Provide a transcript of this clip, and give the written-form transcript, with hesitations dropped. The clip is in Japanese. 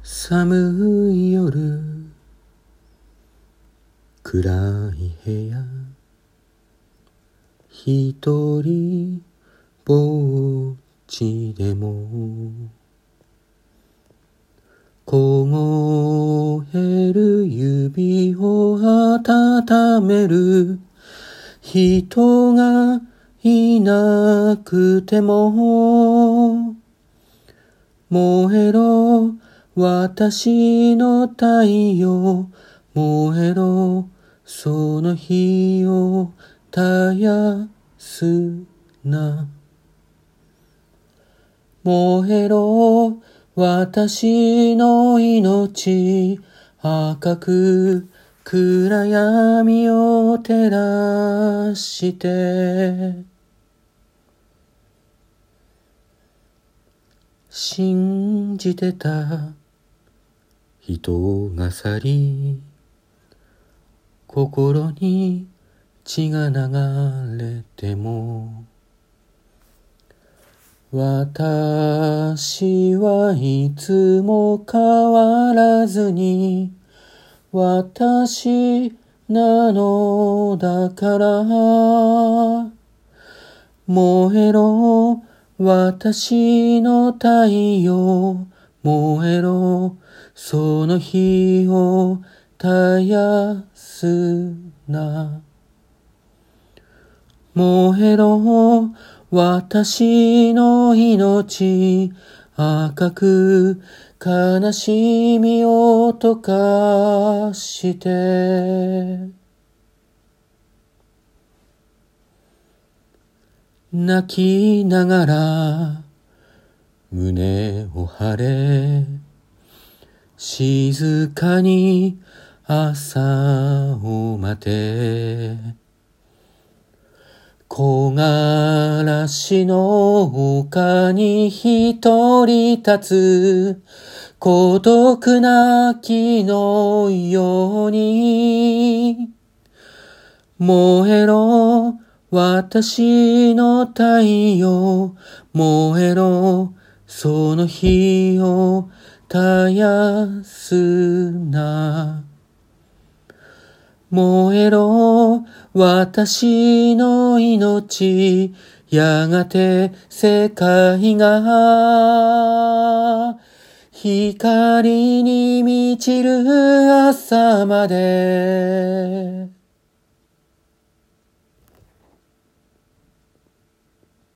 寒い夜、暗い部屋、一人ぼっちでも凍える指を温める人がいなくても、燃えろ私の太陽、燃えろその日を絶やすな。燃えろ私の命、赤く暗闇を照らして、信じてた人が去り、心に血が流れても、私はいつも変わらずに私なのだから、燃えろ私の太陽、燃えろその日を絶やすな。燃えろ私の命、赤く悲しみを溶かして、泣きながら胸を張れ、静かに朝を待て、木枯らしの丘に一人立つ孤独な木のように、燃えろ私の太陽、燃えろその日を絶やすな。燃えろ私の命、やがて世界が光に満ちる朝まで。